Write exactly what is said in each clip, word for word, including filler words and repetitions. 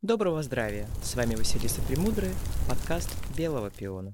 Доброго здравия! С вами Василиса Премудрая, подкаст «Белого пиона».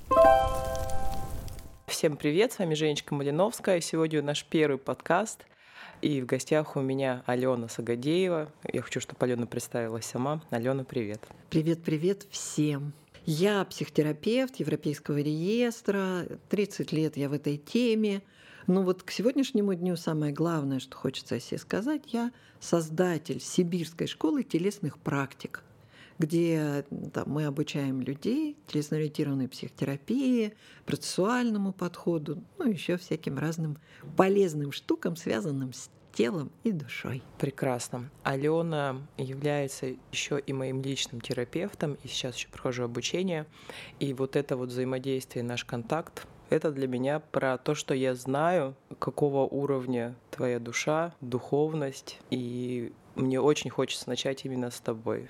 Всем привет, с вами Женечка Малиновская. Сегодня наш первый подкаст, и в гостях у меня Алена Сагадеева. Я хочу, чтобы Алена представилась сама. Алена, привет. Привет-привет всем. Я психотерапевт Европейского реестра, тридцать лет я в этой теме. Но вот к сегодняшнему дню самое главное, что хочется о себе сказать, я создатель Сибирской школы телесных практик, где там, мы обучаем людей телесно-ориентированной психотерапии, процессуальному подходу, ну еще всяким разным полезным штукам, связанным с телом и душой. Прекрасно. Алена является еще и моим личным терапевтом, и сейчас еще прохожу обучение. И вот это вот взаимодействие, наш контакт, это для меня про то, что я знаю, какого уровня твоя душа, духовность, и мне очень хочется начать именно с тобой.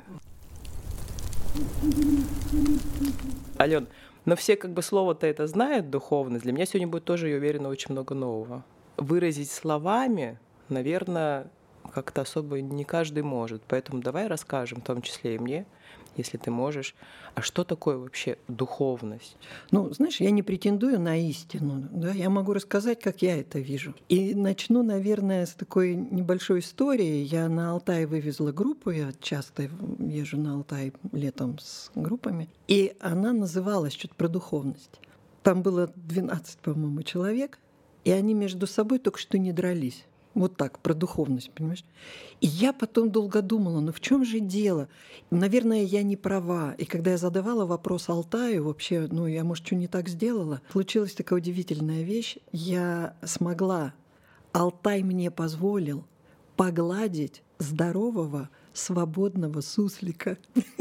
Ален, но все как бы слово-то это знают, духовность. Для меня сегодня будет тоже, я уверена, очень много нового. Выразить словами, наверное, как-то особо не каждый может. Поэтому давай расскажем, в том числе и мне, если ты можешь, а что такое вообще духовность? Ну, знаешь, я не претендую на истину, да, я могу рассказать, как я это вижу. И начну, наверное, с такой небольшой истории. Я на Алтай вывезла группу, я часто езжу на Алтай летом с группами, и она называлась что-то про духовность. Там было двенадцать, по-моему, человек, и они между собой только что не дрались. Вот так, про духовность, понимаешь? И я потом долго думала, ну в чем же дело? Наверное, я не права. И когда я задавала вопрос Алтаю, вообще, ну я, может, что не так сделала, случилась такая удивительная вещь. Я смогла, Алтай мне позволил погладить здорового, свободного суслика.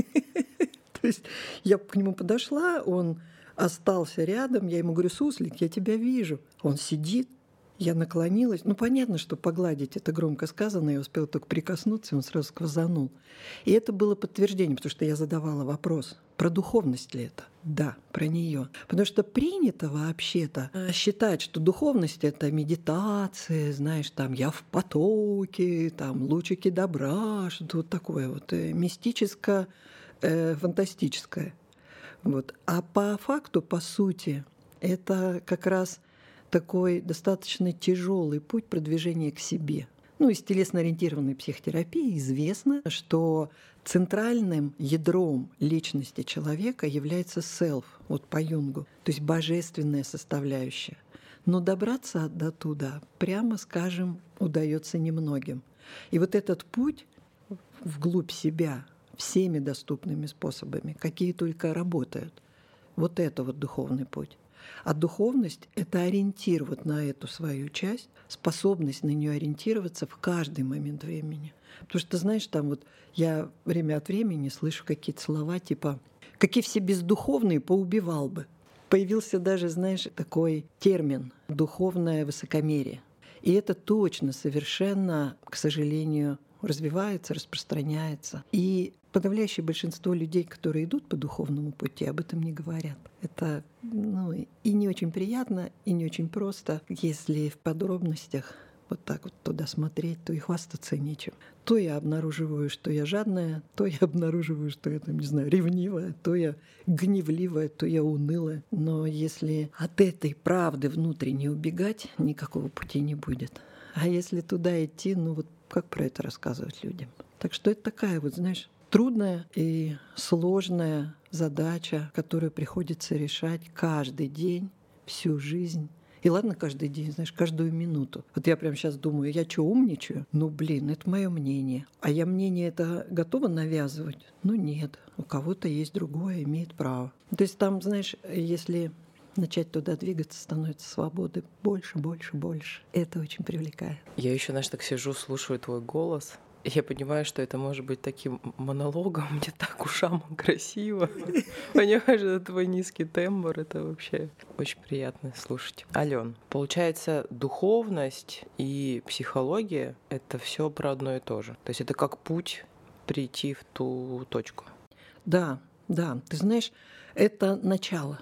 То есть я к нему подошла, он остался рядом, я ему говорю: суслик, я тебя вижу. Он сидит. Я наклонилась. Ну, понятно, что погладить — это громко сказано. Я успела только прикоснуться, и он сразу сквозанул. И это было подтверждение, потому что я задавала вопрос, про духовность ли это? Да, про нее. Потому что принято вообще-то считать, что духовность — это медитация, знаешь, там я в потоке, там лучики добра, что-то вот такое вот мистическое, э, фантастическое. Вот. А по факту, по сути, это как раз такой достаточно тяжелый путь продвижения к себе. Ну, из телесно-ориентированной психотерапии известно, что центральным ядром личности человека является self, вот по Юнгу, то есть божественная составляющая. Но добраться до туда, прямо скажем, удается немногим. И вот этот путь вглубь себя всеми доступными способами, какие только работают, вот это вот духовный путь. А духовность — это ориентир вот на эту свою часть, способность на нее ориентироваться в каждый момент времени. Потому что, знаешь, там вот я время от времени слышу какие-то слова типа «какие все бездуховные, поубивал бы». Появился даже, знаешь, такой термин «духовное высокомерие». И это точно совершенно, к сожалению, развивается, распространяется. И подавляющее большинство людей, которые идут по духовному пути, об этом не говорят. Это ну, и не очень приятно, и не очень просто. Если в подробностях вот так вот туда смотреть, то и хвастаться нечем. То я обнаруживаю, что я жадная, то я обнаруживаю, что я, там, не знаю, ревнивая, то я гневливая, то я унылая. Но если от этой правды внутренне убегать, никакого пути не будет. А если туда идти, ну вот как про это рассказывать людям? Так что это такая вот, знаешь, трудная и сложная задача, которую приходится решать каждый день, всю жизнь. И ладно, каждый день, знаешь, каждую минуту. Вот я прямо сейчас думаю, я что, умничаю? Ну, блин, это мое мнение. А я мнение это готова навязывать? Ну, нет. У кого-то есть другое, имеет право. То есть там, знаешь, если начать туда двигаться, становится свободы больше, больше, больше. Это очень привлекает. Я еще, знаешь, так сижу, слушаю твой голос. Я понимаю, что это может быть таким монологом, мне так ушам красиво. Понимаешь, это твой низкий тембр, это вообще очень приятно слушать. Ален, получается, духовность и психология — это все про одно и то же. То есть это как путь прийти в ту точку. Да, да. Ты знаешь, это начало.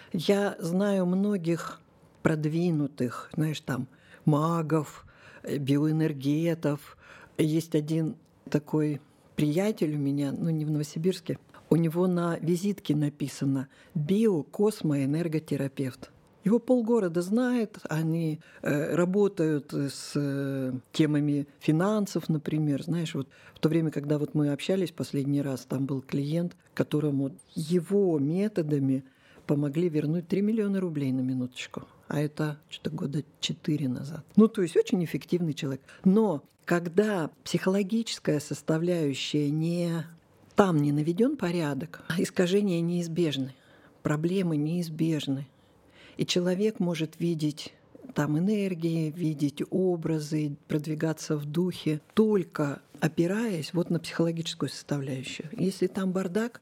Я знаю многих продвинутых, знаешь, там, магов, биоэнергетов. Есть один такой приятель у меня, ну не в Новосибирске, у него на визитке написано «биокосмоэнерготерапевт». Его полгорода знает, они э, работают с э, темами финансов, например. Знаешь, вот в то время, когда вот мы общались последний раз, там был клиент, которому его методами помогли вернуть три миллиона рублей на минуточку. А это что-то года четыре назад. Ну, то есть очень эффективный человек. Но когда психологическая составляющая не... Там не наведен порядок, искажения неизбежны, проблемы неизбежны. И человек может видеть там энергии, видеть образы, продвигаться в духе, только опираясь вот на психологическую составляющую. Если там бардак,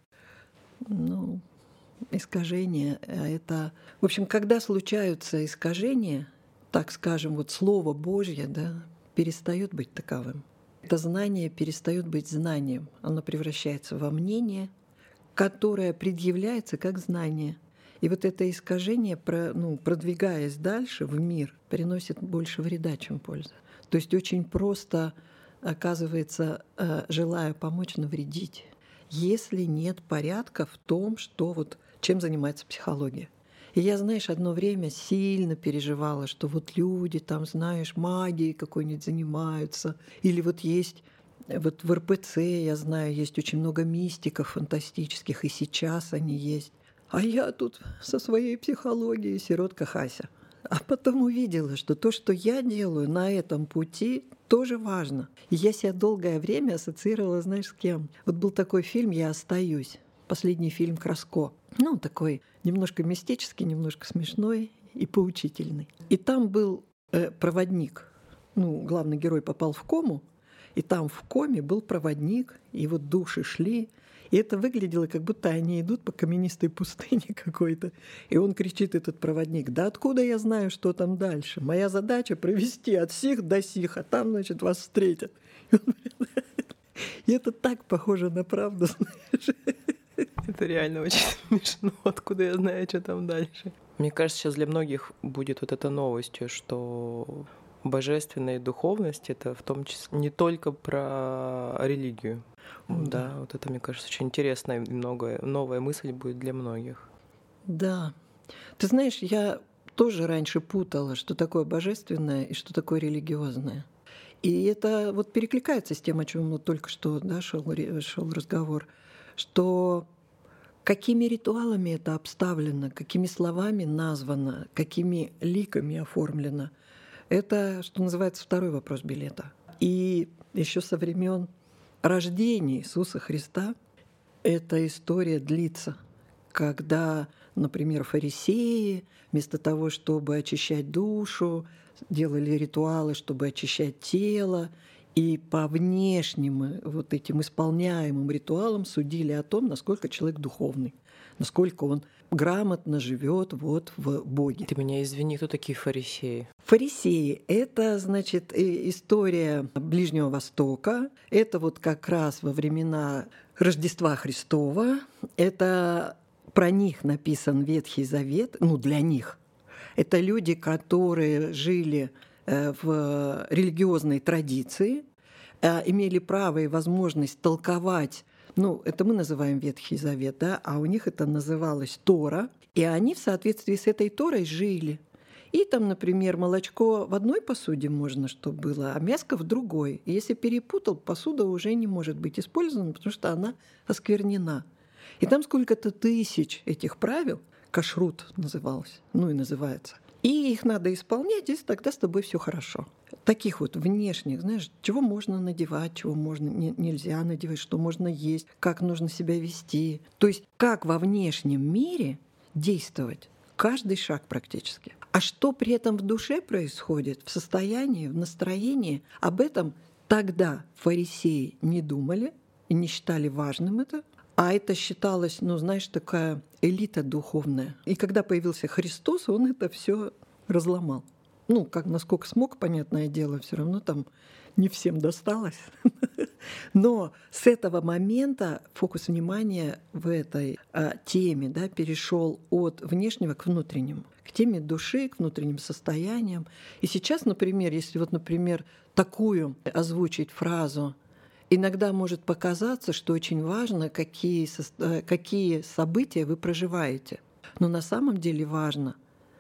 ну, искажения, это... В общем, когда случаются искажения, так скажем, вот Слово Божье, да, перестает быть таковым. Это знание перестает быть знанием. Оно превращается во мнение, которое предъявляется как знание. И вот это искажение, ну, продвигаясь дальше в мир, приносит больше вреда, чем пользы. То есть очень просто, оказывается, желая помочь, навредить, если нет порядка в том, что вот, чем занимается психология. И я, знаешь, одно время сильно переживала, что вот люди там, знаешь, магией какой-нибудь занимаются, или вот есть... Вот в эр пэ цэ, я знаю, есть очень много мистиков фантастических, и сейчас они есть. А я тут со своей психологией сиротка Хася. А потом увидела, что то, что я делаю на этом пути, тоже важно. И я себя долгое время ассоциировала, знаешь, с кем? Вот был такой фильм «Я остаюсь», последний фильм Краско. Ну, такой немножко мистический, немножко смешной и поучительный. И там был э, проводник. Ну, главный герой попал в кому, и там в коме был проводник, и вот души шли. И это выглядело, как будто они идут по каменистой пустыне какой-то. И он кричит, этот проводник: «Да откуда я знаю, что там дальше? Моя задача — провести от сих до сих, а там, значит, вас встретят». И это так похоже на правду, знаешь. Это реально очень смешно. Откуда я знаю, что там дальше? Мне кажется, сейчас для многих будет вот это новостью, что божественная духовность — это в том числе не только про религию. Mm. Да, вот это, мне кажется, очень интересная и многое, новая мысль будет для многих. Да. Ты знаешь, я тоже раньше путала, что такое божественное и что такое религиозное. И это вот перекликается с тем, о чем вот только что, да, шел, шел разговор, что какими ритуалами это обставлено, какими словами названо, какими ликами оформлено. Это, что называется, второй вопрос билета. И еще со времен рождения Иисуса Христа эта история длится, когда, например, фарисеи вместо того, чтобы очищать душу, делали ритуалы, чтобы очищать тело, и по внешним вот этим исполняемым ритуалам судили о том, насколько человек духовный, насколько он грамотно живет вот в Боге. Ты меня извини, кто такие фарисеи? Фарисеи — это, значит, история Ближнего Востока. Это вот как раз во времена Рождества Христова. Это про них написан Ветхий Завет, ну, для них. Это люди, которые жили в религиозной традиции, имели право и возможность толковать, ну, это мы называем Ветхий Завет, да, а у них это называлось Тора, и они в соответствии с этой Торой жили. И там, например, молочко в одной посуде можно, чтобы было, а мяско в другой. И если перепутал, посуда уже не может быть использована, потому что она осквернена. И там сколько-то тысяч этих правил, кашрут называлось, ну и называется. И их надо исполнять, и тогда с тобой все хорошо. Таких вот внешних, знаешь, чего можно надевать, чего можно, не, нельзя надевать, что можно есть, как нужно себя вести. То есть как во внешнем мире действовать, каждый шаг практически. А что при этом в душе происходит, в состоянии, в настроении, об этом тогда фарисеи не думали и не считали важным это. А это считалось, ну, знаешь, такая элита духовная. И когда появился Христос, он это все разломал. Ну, как насколько смог, понятное дело, все равно там не всем досталось. Но с этого момента фокус внимания в этой а, теме, да, перешел от внешнего к внутреннему, к теме души, к внутренним состояниям. И сейчас, например, если вот, например, такую озвучить фразу: Иногда может показаться, что очень важно, какие, со- какие события вы проживаете. Но на самом деле важно,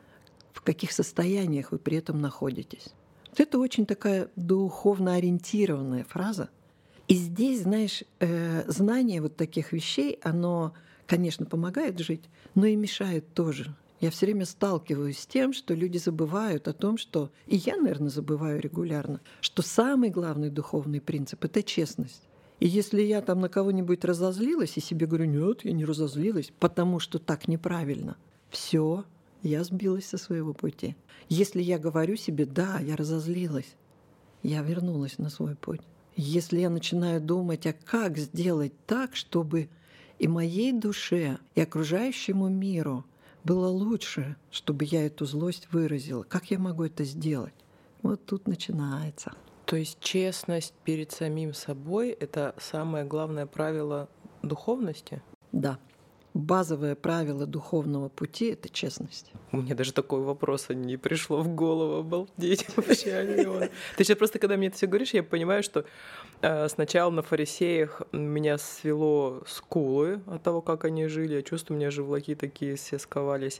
в каких состояниях вы при этом находитесь. Это очень такая духовно ориентированная фраза. И здесь, знаешь, э, знание вот таких вещей, оно, конечно, помогает жить, но и мешает тоже. Я все время сталкиваюсь с тем, что люди забывают о том, что, и я, наверное, забываю регулярно, что самый главный духовный принцип — это честность. И если я там на кого-нибудь разозлилась и себе говорю: нет, я не разозлилась, потому что так неправильно, все, я сбилась со своего пути. Если я говорю себе: да, я разозлилась, я вернулась на свой путь. Если я начинаю думать, а как сделать так, чтобы и моей душе, и окружающему миру было лучше, чтобы я эту злость выразила, как я могу это сделать? Вот тут начинается. То есть честность перед самим собой — это самое главное правило духовности? Да. Базовое правило духовного пути — это честность. Мне даже такой вопрос не пришло в голову, обалдеть вообще, Алена. Ты сейчас просто, когда мне это все говоришь, я понимаю, что э, сначала на фарисеях меня свело скулы от того, как они жили. Я чувствую, у меня живлаки такие все сковались.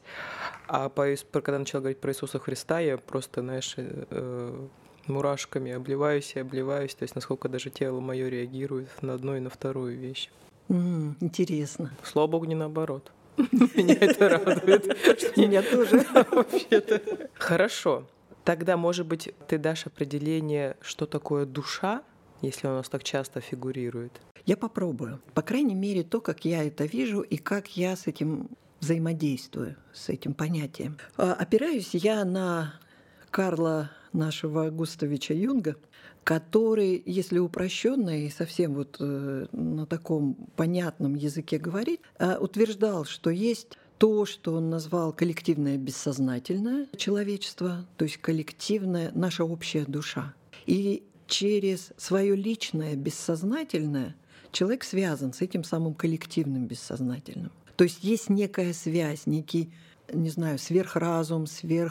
А по, когда начала говорить про Иисуса Христа, я просто, знаешь, э, мурашками обливаюсь и обливаюсь. То есть насколько даже тело мое реагирует на одну и на вторую вещь. М, интересно. Слава Богу, не наоборот. Меня это радует. Меня тоже. Вообще-то. Хорошо. Тогда, может быть, ты дашь определение, что такое душа, если у нас так часто фигурирует? Я попробую. По крайней мере, то, как я это вижу и как я с этим взаимодействую, с этим понятием. А, Опираюсь я на Карла нашего Густавича Юнга, который, если упрощенно и совсем вот э, на таком понятном языке говорить, э, утверждал, что есть то, что он назвал коллективное бессознательное человечество, то есть коллективная наша общая душа. И через свое личное бессознательное человек связан с этим самым коллективным бессознательным. То есть есть некая связь, некий, не знаю, сверхразум,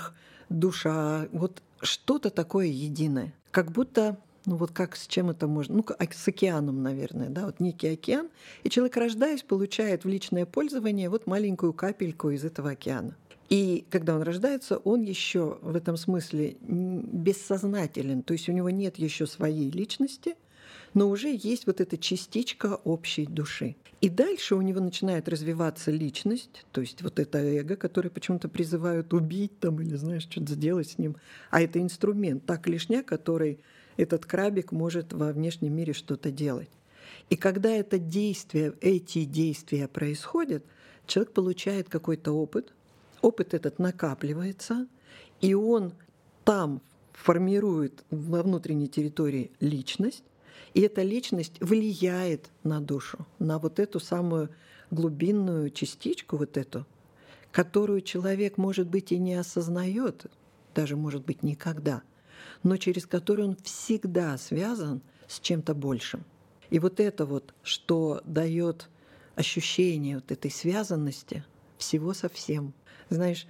сверхдуша, вот что-то такое единое. Как будто, ну вот как с чем это можно, ну с океаном, наверное, да, вот некий океан, и человек, рождаясь, получает в личное пользование вот маленькую капельку из этого океана. И когда он рождается, он еще в этом смысле бессознателен, то есть у него нет еще своей личности, но уже есть вот эта частичка общей души. И дальше у него начинает развиваться личность, то есть вот это эго, которое почему-то призывают убить там или, знаешь, что-то сделать с ним. А это инструмент, та клешня, которой этот крабик может во внешнем мире что-то делать. И когда это действие, эти действия происходят, человек получает какой-то опыт, опыт этот накапливается, и он там формирует во внутренней территории личность, и эта личность влияет на душу, на вот эту самую глубинную частичку, вот эту, которую человек, может быть, и не осознает, даже, может быть, никогда, но через которую он всегда связан с чем-то большим. И вот это вот, что дает ощущение вот этой связанности всего со всем. Знаешь,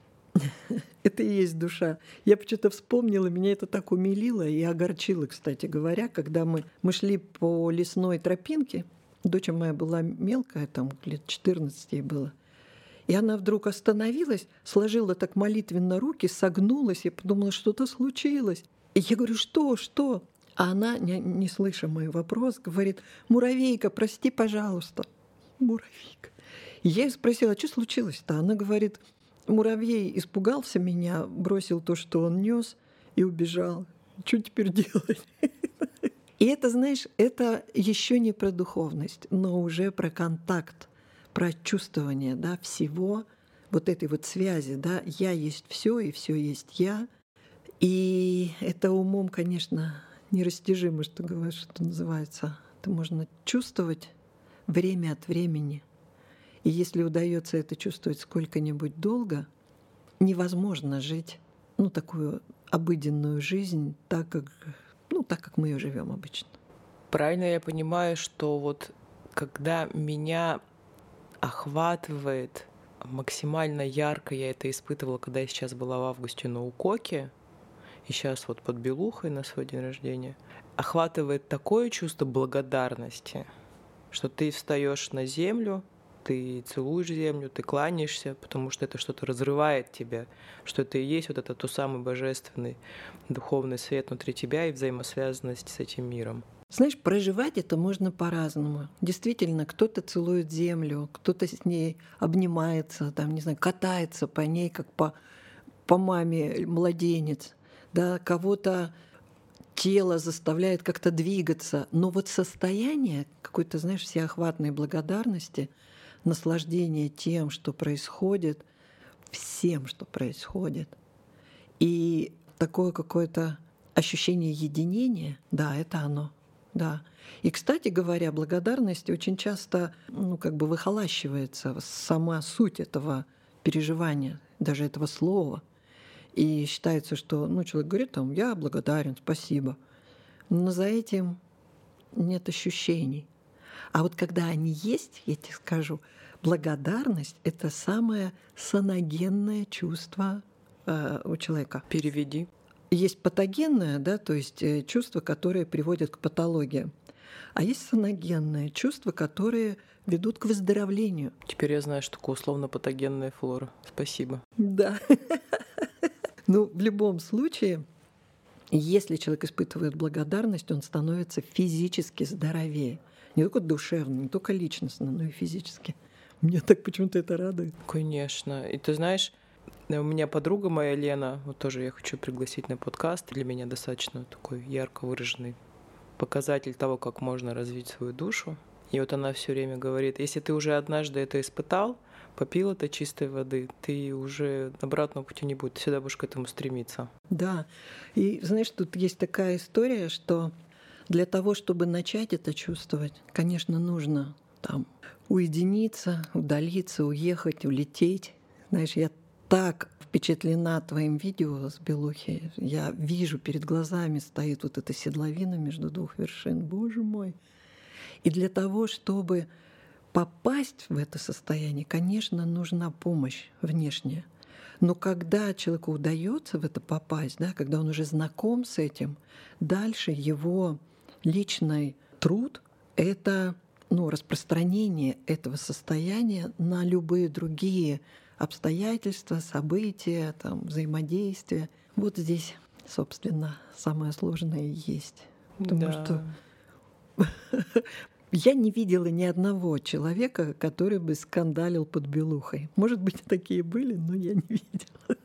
это и есть душа. Я почему-то вспомнила, меня это так умилило и огорчило, кстати говоря, когда мы, мы шли по лесной тропинке. Дочь моя была мелкая, там лет четырнадцать ей было. И она вдруг остановилась, сложила так молитвенно руки, согнулась. Я подумала, что-то случилось. И я говорю: что, что? А она, не, не слыша мой вопрос, говорит: муравейка, прости, пожалуйста. Муравейка. И я ее спросила: а что случилось-то? Она говорит: муравей испугался меня, бросил то, что он нес, и убежал. Что теперь делать? И это, знаешь, это еще не про духовность, но уже про контакт, про чувствование, да, всего вот этой вот связи, да, я есть все и все есть я. И это умом, конечно, нерастяжимо, что говоришь, что называется. Это можно чувствовать время от времени. И если удается это чувствовать сколько-нибудь долго, невозможно жить, ну, такую обыденную жизнь, так как, ну, так как мы ее живем обычно. Правильно я понимаю, что вот когда меня охватывает максимально ярко, я это испытывала, когда я сейчас была в августе на УКОКе, и сейчас вот под Белухой на свой день рождения, охватывает такое чувство благодарности, что ты встаешь на землю, ты целуешь землю, ты кланяешься, потому что это что-то разрывает тебя, что это и есть вот этот тот самый божественный духовный свет внутри тебя и взаимосвязанность с этим миром. Знаешь, проживать это можно по-разному. Действительно, кто-то целует землю, кто-то с ней обнимается, там, не знаю, катается по ней, как по, по маме младенец. Да, кого-то тело заставляет как-то двигаться. Но вот состояние какой-то, знаешь, всеохватной благодарности, наслаждения тем, что происходит, всем, что происходит, и такое какое-то ощущение единения, да, это оно. Да. И, кстати говоря, благодарность очень часто, ну, как бы выхолащивается сама суть этого переживания, даже этого слова. И считается, что, ну, человек говорит там: я благодарен, спасибо. Но за этим нет ощущений. А вот когда они есть, я тебе скажу, благодарность — это самое саногенное чувство э, у человека. Переведи. Есть патогенное, да, то есть чувства, которые приводят к патологии. А есть саногенное чувства, которые ведут к выздоровлению. Теперь я знаю, что такое условно-патогенная флора. Спасибо. Да. Ну, в любом случае, если человек испытывает благодарность, он становится физически здоровее. Не только душевно, не только личностно, но и физически. Мне так почему-то это радует. Конечно. И ты знаешь, у меня подруга моя Лена, вот тоже я хочу пригласить на подкаст, для меня достаточно такой ярко выраженный показатель того, как можно развить свою душу. И вот она все время говорит: если ты уже однажды это испытал, попил это чистой воды, ты уже обратного пути не будет, ты всегда будешь к этому стремиться. Да. И знаешь, тут есть такая история, что для того, чтобы начать это чувствовать, конечно, нужно там уединиться, удалиться, уехать, улететь. Знаешь, я так впечатлена твоим видео с Белухи. Я вижу, перед глазами стоит вот эта седловина между двух вершин. Боже мой! И для того, чтобы попасть в это состояние, конечно, нужна помощь внешняя. Но когда человеку удается в это попасть, да, когда он уже знаком с этим, дальше его личный труд — это, ну, распространение этого состояния на любые другие обстоятельства, события, там, взаимодействия. Вот здесь, собственно, самое сложное и есть. Потому да. что я не видела ни одного человека, который бы скандалил под Белухой. Может быть, такие были, но я не видела.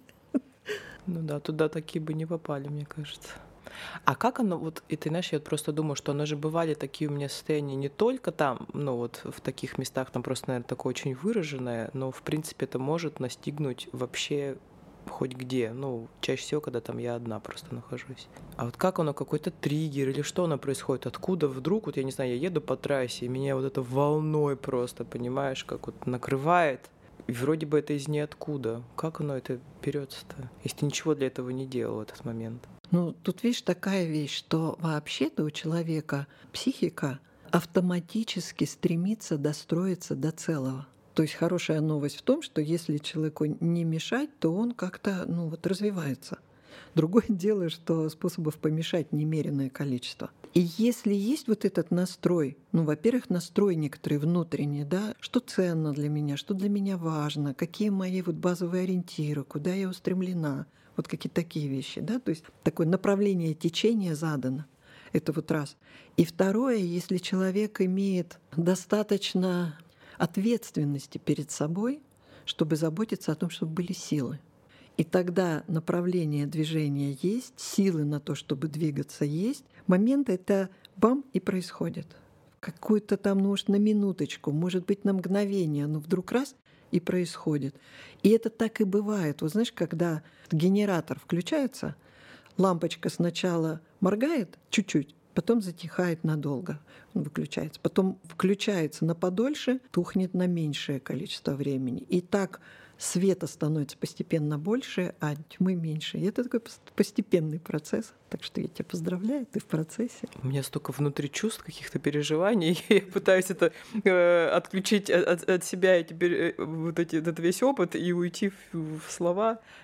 Ну да, туда такие бы не попали, мне кажется. А как оно, вот, и ты знаешь, я вот просто думаю, что оно же бывали такие у меня состояния не только там, ну вот в таких местах, там просто, наверное, такое очень выраженное, но в принципе это может настигнуть вообще хоть где, ну, чаще всего, когда там я одна просто нахожусь. А вот как оно, какой-то триггер или что оно происходит, откуда вдруг, вот я не знаю, я еду по трассе, и меня вот это волной просто, понимаешь, как вот накрывает, и вроде бы это из ниоткуда. Как оно это берется-то, если ты ничего для этого не делал в этот момент? Ну, тут, видишь, такая вещь, что вообще-то у человека психика автоматически стремится достроиться до целого. То есть хорошая новость в том, что если человеку не мешать, то он как-то, ну, вот, развивается. Другое дело, что способов помешать немеренное количество. И если есть вот этот настрой, ну, во-первых, настрой некоторый внутренний, да, что ценно для меня, что для меня важно, какие мои вот базовые ориентиры, куда я устремлена, вот какие-то такие вещи, да, то есть такое направление течения задано. Это вот раз. И второе, если человек имеет достаточно ответственности перед собой, чтобы заботиться о том, чтобы были силы. И тогда направление движения есть, силы на то, чтобы двигаться, есть. Момент это бам, и происходит. Какую-то там, ну уж на минуточку, может быть, на мгновение, но вдруг раз — и происходит. И это так и бывает. Вот знаешь, когда генератор включается, лампочка сначала моргает чуть-чуть, потом затихает надолго, он выключается. Потом включается на подольше, тухнет на меньшее количество времени. И так света становится постепенно больше, а тьмы меньше. И это такой постепенный процесс. Так что я тебя поздравляю, ты в процессе. У меня столько внутри чувств, каких-то переживаний. Я пытаюсь это э, отключить от, от себя, и теперь э, вот эти, этот весь опыт и уйти в, в слова.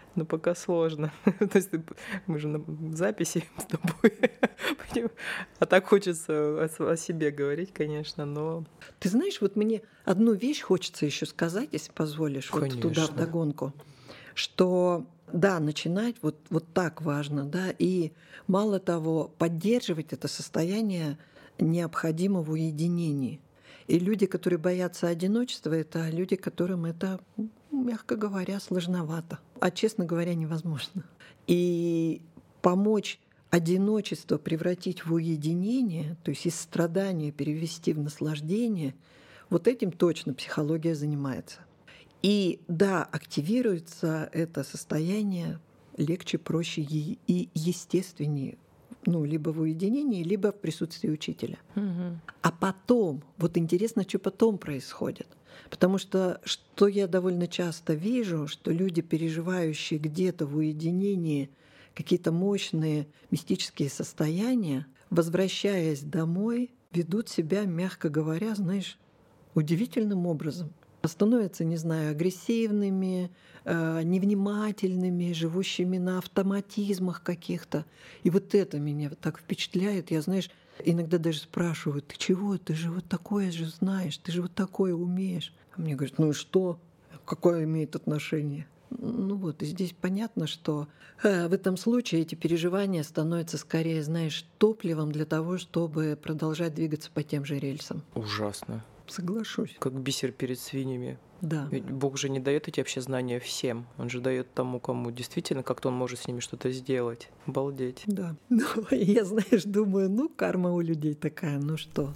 Но пока сложно. То есть ты- мы же на записи с тобой. Поним- А так хочется о с- о себе говорить, конечно, но Ты знаешь, вот мне одну вещь хочется еще сказать, если позволишь, вот туда конечно. вдогонку, что да, начинать вот, вот так важно, да, и мало того, поддерживать это состояние необходимо в уединении. И люди, которые боятся одиночества, это люди, которым это, м, мягко говоря, сложновато, а, честно говоря, невозможно. И помочь одиночество превратить в уединение, то есть из страдания перевести в наслаждение, вот этим точно психология занимается. И да, активируется это состояние легче, проще и и естественнее, ну, либо в уединении, либо в присутствии учителя. Мгм. А потом, вот интересно, что потом происходит. Потому что, что я довольно часто вижу, что люди, переживающие где-то в уединении какие-то мощные мистические состояния, возвращаясь домой, ведут себя, мягко говоря, знаешь, удивительным образом. Становятся, не знаю, агрессивными, э, невнимательными, живущими на автоматизмах каких-то. И вот это меня вот так впечатляет. Я, знаешь, иногда даже спрашиваю: ты чего? Ты же вот такое же знаешь, ты же вот такое умеешь. А мне говорят: ну и что? Какое имеет отношение? Ну вот, и здесь понятно, что э, в этом случае эти переживания становятся скорее, знаешь, топливом для того, чтобы продолжать двигаться по тем же рельсам. Ужасно. Соглашусь. Как бисер перед свиньями. Да. Ведь Бог же не дает эти вообще знания всем. Он же дает тому, кому действительно как-то он может с ними что-то сделать. Обалдеть. Да. Ну, я, знаешь, думаю, ну, карма у людей такая, ну что.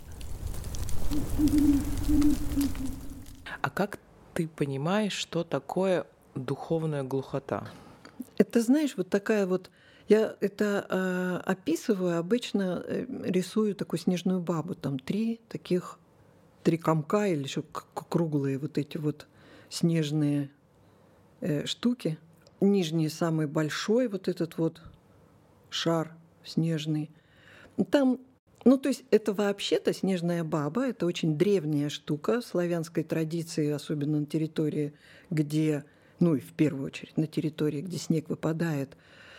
А как ты понимаешь, что такое духовная глухота? Это, знаешь, вот такая вот. Я это э, описываю, обычно э, рисую такую снежную бабу. Там три таких, три комка или еще к- к- круглые вот эти вот снежные э, штуки. Нижний самый большой вот этот вот шар снежный. Там, ну, то есть это вообще-то снежная баба, это очень древняя штука славянской традиции, особенно на территории, где, ну и в первую очередь на территории, где снег выпадает.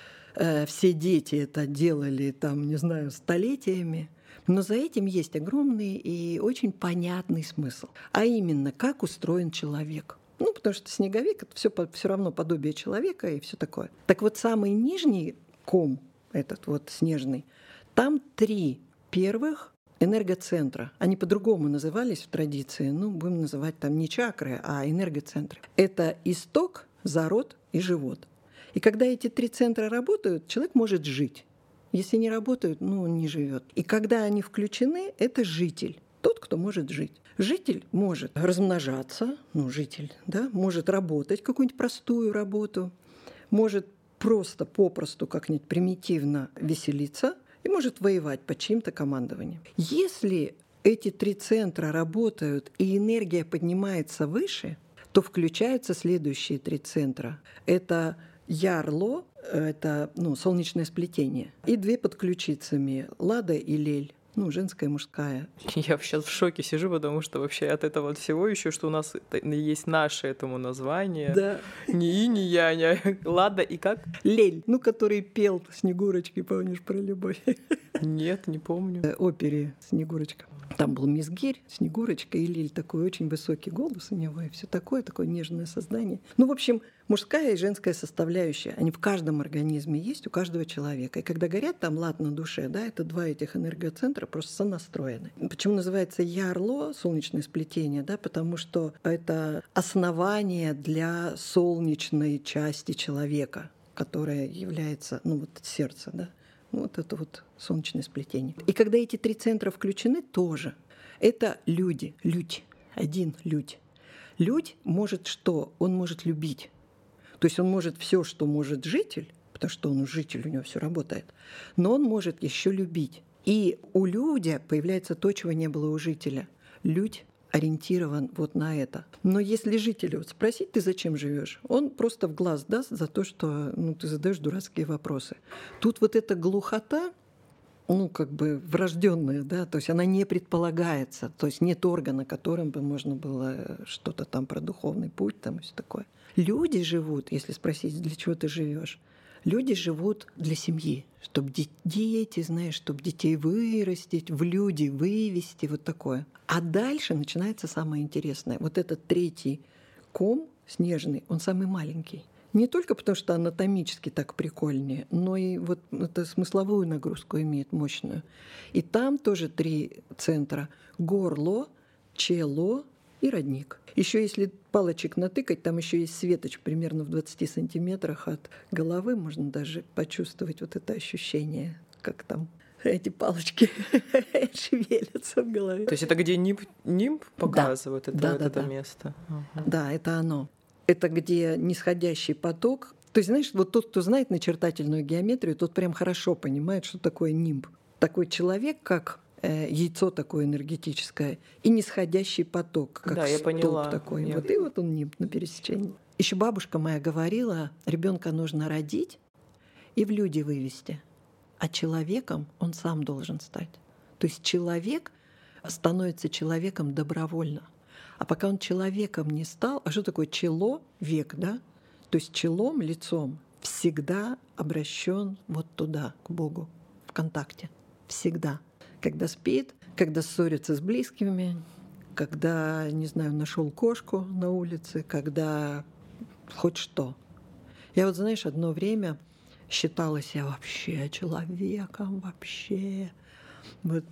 Э, Все дети это делали, там, не знаю, столетиями. Но за этим есть огромный и очень понятный смысл. А именно, как устроен человек. Ну, потому что снеговик — это все, все равно подобие человека и все такое. Так вот, самый нижний ком, этот вот снежный, там три первых энергоцентра. Они по-другому назывались в традиции. Ну, будем называть там не чакры, а энергоцентры. Это исток, зарод и живот. И когда эти три центра работают, человек может жить. Если не работают, ну, он не живет. И когда они включены, это житель. Тот, кто может жить. Житель может размножаться, ну, житель, да, может работать какую-нибудь простую работу, может просто попросту как-нибудь примитивно веселиться и может воевать под чьим-то командованием. Если эти три центра работают и энергия поднимается выше, то включаются следующие три центра. Это ярло, это, ну, солнечное сплетение, и две под ключицами, лада и лель. Ну, женская и мужская. Я сейчас в шоке сижу, потому что вообще от этого вот всего еще, что у нас это- есть наше этому название. Да. Ни и, ни я, ни Лада и как? Лель, ну, который пел Снегурочки, помнишь, про любовь? Нет, не помню. Э, опере «Снегурочка». Там был Мизгирь, Снегурочка и Лиль. Такой очень высокий голос у него, и все такое, такое нежное создание. Ну, в общем, мужская и женская составляющая, они в каждом организме есть, у каждого человека. И когда горят там лад на душе, да, это два этих энергоцентра просто сонастроены. Почему называется ярло, солнечное сплетение, да, потому что это основание для солнечной части человека, которая является, ну, вот сердце, да. Вот это вот солнечное сплетение. И когда эти три центра включены, тоже. Это люди, людь, один людь. Людь может что? Он может любить. То есть он может все, что может житель, потому что он житель, у него все работает, но он может еще любить. И у людя появляется то, чего не было у жителя. Людь ориентирован вот на это. Но если жителю вот спросить, ты зачем живешь, он просто в глаз даст за то, что, ну, ты задаешь дурацкие вопросы. Тут вот эта глухота, ну, как бы врожденная, да, то есть она не предполагается, то есть нет органа, которым бы можно было что-то там про духовный путь, там и все такое. Люди живут, если спросить, для чего ты живешь, люди живут для семьи, чтобы дети, знаешь, чтобы детей вырастить, в люди вывести, вот такое. А дальше начинается самое интересное. Вот этот третий ком снежный, он самый маленький. Не только потому, что анатомически так прикольнее, но и вот это смысловую нагрузку имеет мощную. И там тоже три центра: горло, чело и родник. Еще если палочек натыкать, там еще есть светоч примерно в двадцати сантиметрах от головы, можно даже почувствовать вот это ощущение, как там эти палочки шевелятся в голове. То есть это где нимб, нимб показывает, да. это, да, вот да, это да. место? Ага. Да, это оно. Это где нисходящий поток. То есть, знаешь, вот тот, кто знает начертательную геометрию, тот прям хорошо понимает, что такое нимб. Такой человек, как э, яйцо такое энергетическое, и нисходящий поток, как да, я столб поняла. такой. Я... Вот и вот он нимб на пересечении. Еще бабушка моя говорила, ребенка нужно родить и в люди вывести, а человеком он сам должен стать. То есть человек становится человеком добровольно. А пока он человеком не стал, а что такое чело? Век, да? То есть челом, лицом всегда обращен вот туда, к Богу, в контакте. Всегда. Когда спит, когда ссорится с близкими, когда, не знаю, нашел кошку на улице, когда хоть что. Я вот, знаешь, одно время считала себя вообще человеком, вообще. Вот.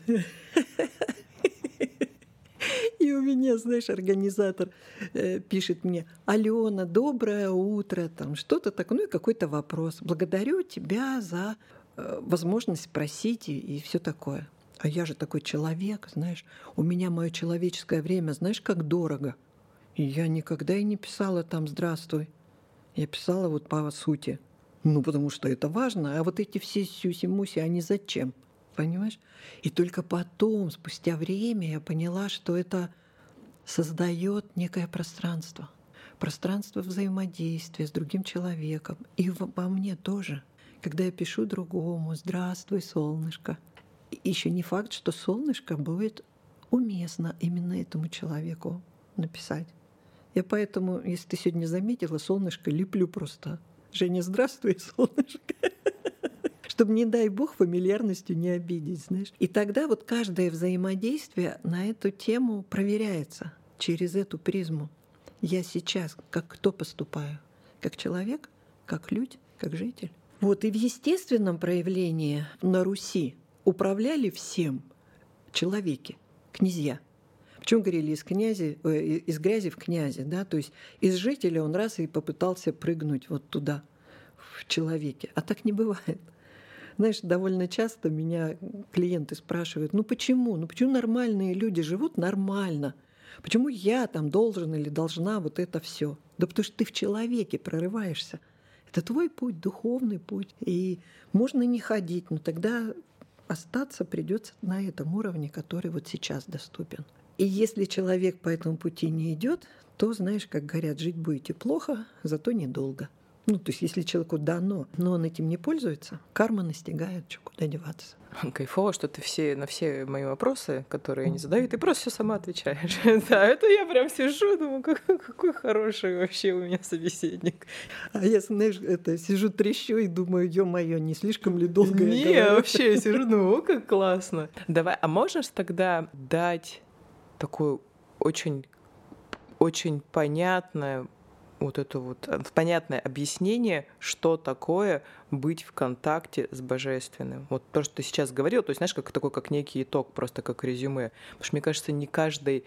И у меня, знаешь, организатор э, пишет мне: Алена, доброе утро, там что-то такое, ну и какой-то вопрос. Благодарю тебя за э, возможность спросить и, и все такое. А я же такой человек, знаешь, у меня мое человеческое время, знаешь, как дорого. И я никогда и не писала там «здравствуй». Я писала вот по сути. Ну, потому что это важно. А вот эти все сюси-муси, они зачем? Понимаешь? И только потом, спустя время, я поняла, что это создает некое пространство. Пространство взаимодействия с другим человеком. И во мне тоже. Когда я пишу другому «Здравствуй, солнышко», еще не факт, что солнышко будет уместно именно этому человеку написать. Я поэтому, если ты сегодня заметила, солнышко леплю просто. Женя, здравствуй, солнышко. Чтобы, не дай бог, фамильярностью не обидеть, знаешь. И тогда вот каждое взаимодействие на эту тему проверяется через эту призму. Я сейчас как кто поступаю? Как человек, как людь, как житель. Вот и в естественном проявлении на Руси управляли всем человеки, князья. Причем говорили из, князи, э, из грязи в князи, да, то есть из жителя он раз и попытался прыгнуть вот туда, в человеке. А так не бывает. Знаешь, довольно часто меня клиенты спрашивают: ну почему? Ну почему нормальные люди живут нормально? Почему я там должен или должна вот это все? Да потому что ты в человеке прорываешься. Это твой путь, духовный путь. И можно не ходить, но тогда остаться придется на этом уровне, который вот сейчас доступен. И если человек по этому пути не идет, то, знаешь, как говорят, жить будете плохо, зато недолго. Ну, то есть, если человеку дано, но он этим не пользуется, карма настигает, что куда деваться. Кайфово, что ты все, на все мои вопросы, которые я не задаю, ты просто все сама отвечаешь. Да, это я прям сижу, думаю, какой, какой хороший вообще у меня собеседник. А я, знаешь, это, сижу трещу и думаю, ё-моё, не слишком ли долго не, я говорю? вообще, я сижу, ну, о, как классно. Давай, а можешь тогда дать такое очень, очень понятное, вот это вот понятное объяснение, что такое быть в контакте с Божественным. Вот то, что ты сейчас говорил, то есть, знаешь, как такой, как некий итог, просто как резюме. Потому что, мне кажется, не каждый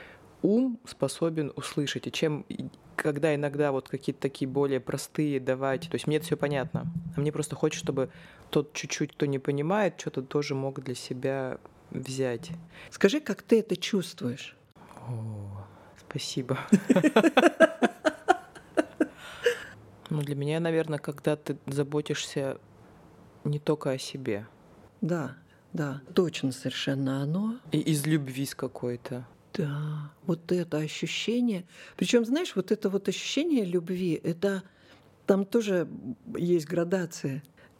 ум способен услышать. И чем, когда иногда вот какие-то такие более простые давать, то есть мне это все понятно, а мне просто хочется, чтобы тот чуть-чуть, кто не понимает, что-то тоже мог для себя взять. Скажи, как ты это чувствуешь? О, спасибо. Ну, для меня, наверное, когда ты заботишься не только о себе. Да, да, точно совершенно оно. И из любви с какой-то. Да, вот это ощущение. Причем, знаешь, вот это вот ощущение любви, это там тоже есть градация.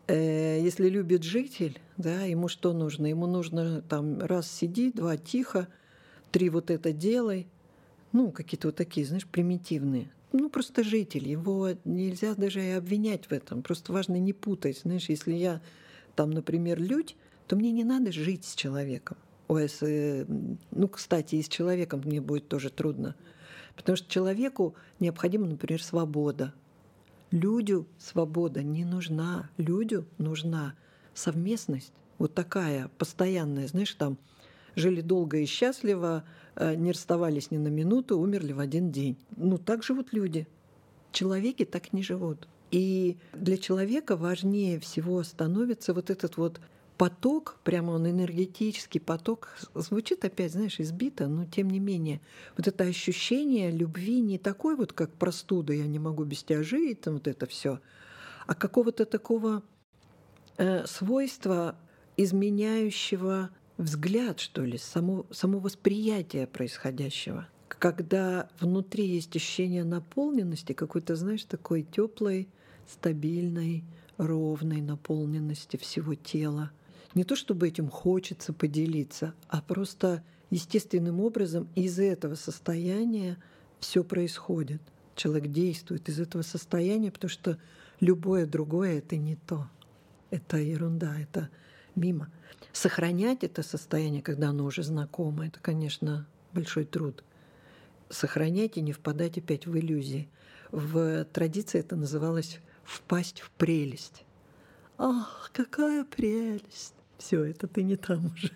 Э, Если любит житель, да, ему что нужно? Ему нужно там раз сиди, два тихо, три вот это делай. Ну, какие-то вот такие, знаешь, примитивные. Ну, просто житель, его нельзя даже и обвинять в этом. Просто важно не путать. Знаешь, если я там, например, людь, то мне не надо жить с человеком. Ой, с, э, ну, кстати, и с человеком мне будет тоже трудно. Потому что человеку необходима, например, свобода. Людю свобода не нужна. Людю нужна совместность. Вот такая постоянная, знаешь, там жили долго и счастливо, э, не расставались ни на минуту, умерли в один день. Ну, так живут люди. Человеки так не живут. И для человека важнее всего становится вот этот вот поток, прямо он энергетический поток, звучит опять, знаешь, избито, но тем не менее, вот это ощущение любви не такой вот, как простуда, я не могу без тебя жить, там вот это все, а какого-то такого э, свойства, изменяющего взгляд, что ли, само, само восприятие происходящего. Когда внутри есть ощущение наполненности, какой-то, знаешь, такой теплой, стабильной, ровной наполненности всего тела. Не то чтобы этим хочется поделиться, а просто естественным образом из этого состояния все происходит. Человек действует из этого состояния, потому что любое другое — это не то. Это ерунда, это мимо. Сохранять это состояние, когда оно уже знакомо, это, конечно, большой труд. Сохранять и не впадать опять в иллюзии. В традиции это называлось «впасть в прелесть». Ах, какая прелесть! Все, это ты не там уже.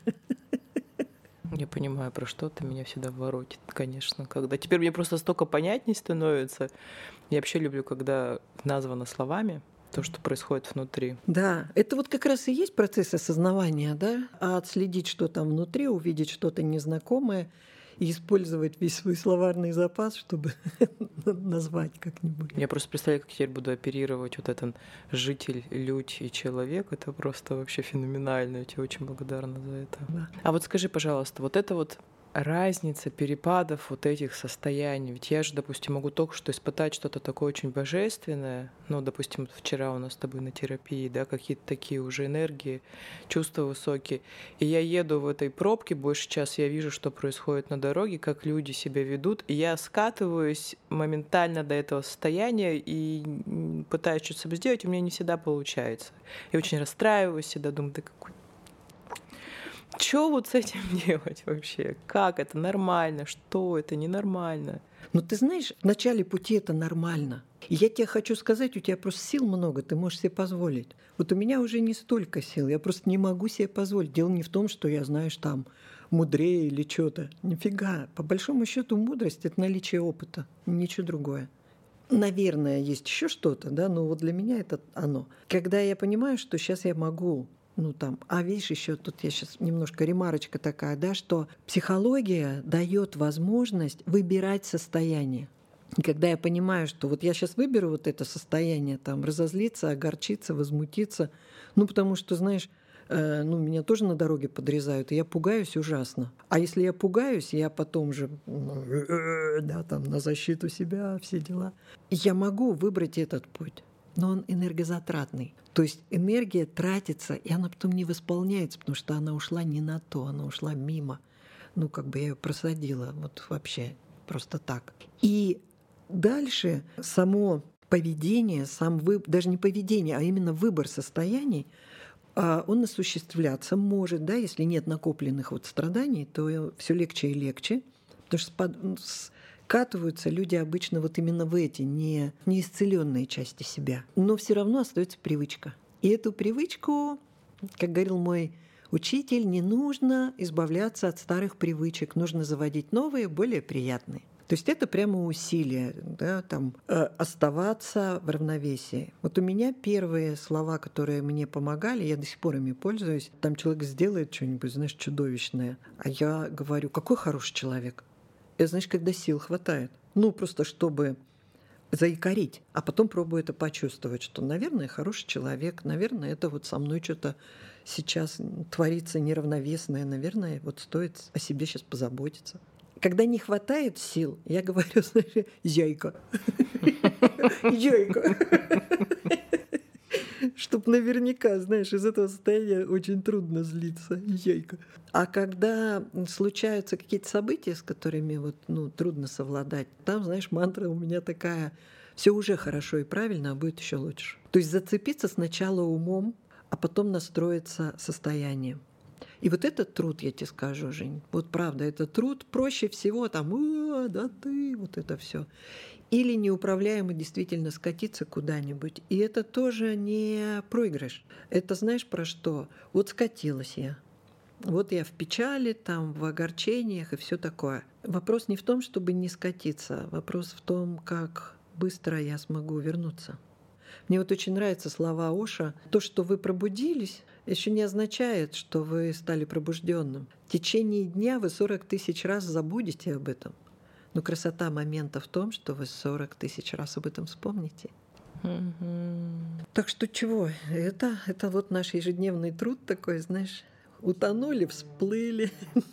Я понимаю, про что ты, меня всегда воротит, конечно. Когда теперь мне просто столько понятней становится. Я вообще люблю, когда названо словами то, что происходит внутри. Да, это вот как раз и есть процесс осознавания, да? А отследить, что там внутри, увидеть что-то незнакомое и использовать весь свой словарный запас, чтобы назвать как-нибудь. Я просто представляю, как я теперь буду оперировать вот этот житель, людь и человек. Это просто вообще феноменально. Я тебе очень благодарна за это. Да. А вот скажи, пожалуйста, вот это вот разница перепадов вот этих состояний. Ведь я же, допустим, могу только что испытать что-то такое очень божественное. Ну, допустим, вчера у нас с тобой на терапии, да, какие-то такие уже энергии, чувства высокие. И я еду в этой пробке больше часа, я вижу, что происходит на дороге, как люди себя ведут, и я скатываюсь моментально до этого состояния и пытаюсь что-то сделать, и у меня не всегда получается. Я очень расстраиваюсь всегда, думаю, да какой что вот с этим делать вообще? Как это нормально? Что это ненормально? Ну, ты знаешь, в начале пути это нормально. И я тебе хочу сказать, у тебя просто сил много, ты можешь себе позволить. Вот у меня уже не столько сил, я просто не могу себе позволить. Дело не в том, что я, знаешь, там мудрее или что-то. Нифига. По большому счету мудрость — это наличие опыта, ничего другое. Наверное, есть еще что-то, да, но вот для меня это оно. Когда я понимаю, что сейчас я могу, ну там, а видишь, еще тут я сейчас немножко ремарочка такая, да, что психология дает возможность выбирать состояние. И когда я понимаю, что вот я сейчас выберу вот это состояние, там, разозлиться, огорчиться, возмутиться, ну потому что, знаешь, э, ну меня тоже на дороге подрезают, и я пугаюсь ужасно. А если я пугаюсь, я потом же, да, там, на защиту себя, все дела. Я могу выбрать этот путь, но он энергозатратный. То есть энергия тратится, и она потом не восполняется, потому что она ушла не на то, она ушла мимо. Ну, как бы я ее просадила, вот вообще просто так. И дальше само поведение, сам вы... даже не поведение, а именно выбор состояний, он осуществляться может, да, если нет накопленных вот страданий, то все легче и легче, потому что скатываются люди обычно вот именно в эти не, неисцеленные части себя. Но все равно остается привычка. И эту привычку, как говорил мой учитель, не нужно избавляться от старых привычек, нужно заводить новые, более приятные. То есть это прямо усилие, да, там, э, оставаться в равновесии. Вот у меня первые слова, которые мне помогали, я до сих пор ими пользуюсь, там человек сделает что-нибудь, знаешь, чудовищное, а я говорю, какой хороший человек. Это, знаешь, когда сил хватает. Ну, просто чтобы заикарить, а потом пробую это почувствовать, что, наверное, хороший человек, наверное, это вот со мной что-то сейчас творится неравновесное, наверное, вот стоит о себе сейчас позаботиться. Когда не хватает сил, я говорю, знаешь, зяйка, зяйка, Чтоб наверняка, знаешь, из этого состояния очень трудно злиться. Ейка. А когда случаются какие-то события, с которыми вот, ну, трудно совладать, там, знаешь, мантра у меня такая: все уже хорошо и правильно, а будет еще лучше. То есть зацепиться сначала умом, а потом настроиться состоянием. И вот этот труд, я тебе скажу, Жень, вот правда, это труд проще всего, там, «О, да ты», вот это все. Или неуправляемо действительно скатиться куда-нибудь. И это тоже не проигрыш. Это знаешь про что? Вот скатилась я. Вот я в печали, там, в огорчениях и все такое. Вопрос не в том, чтобы не скатиться, вопрос в том, как быстро я смогу вернуться. Мне вот очень нравятся слова Оша. То, что вы пробудились, еще не означает, что вы стали пробужденным. В течение дня вы сорок тысяч раз забудете об этом. Но красота момента в том, что вы сорок тысяч раз об этом вспомните. Мгм. Так что чего? Это, это вот наш ежедневный труд такой, знаешь, утонули, всплыли.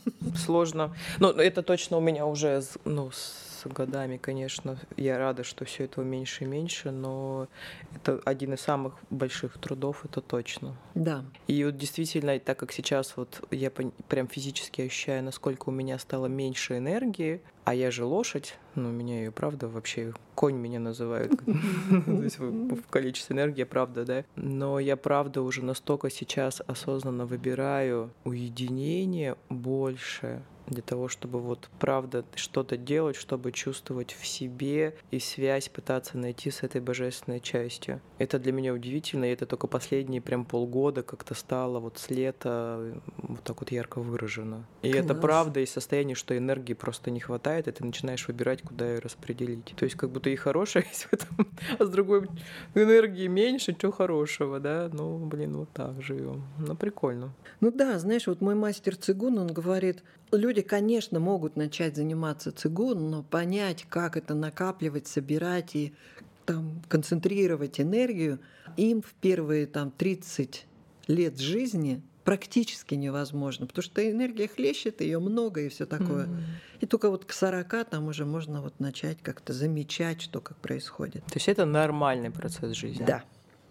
Сложно. Ну, это точно у меня уже, с- ну, с годами, конечно. Я рада, что все этого меньше и меньше, но это один из самых больших трудов, это точно. Да. И вот действительно, так как сейчас вот я пон- прям физически ощущаю, насколько у меня стало меньше энергии, а я же лошадь, ну, меня ее, правда, вообще конь меня называют. То есть в в количестве энергии, правда, да. Но я, правда, уже настолько сейчас осознанно выбираю уединение больше для того, чтобы вот правда что-то делать, чтобы чувствовать в себе и связь пытаться найти с этой божественной частью. Это для меня удивительно, и это только последние прям полгода как-то стало вот с лета вот так вот ярко выражено. И это Класс. правда из состояния, что энергии просто не хватает, и ты начинаешь выбирать, куда ее распределить. То есть как будто и хорошее есть в этом, а с другой энергии меньше, чего хорошего, да? Ну, блин, вот так живем. Ну, прикольно. Ну да, знаешь, вот мой мастер цигун, он говорит, люди, конечно, могут начать заниматься цигун, но понять, как это накапливать, собирать и там концентрировать энергию, им в первые там тридцать лет жизни практически невозможно, потому что энергия хлещет, ее много и все такое. М. И только вот к сорока там уже можно вот начать как-то замечать, что как происходит. То есть это нормальный процесс жизни. Да,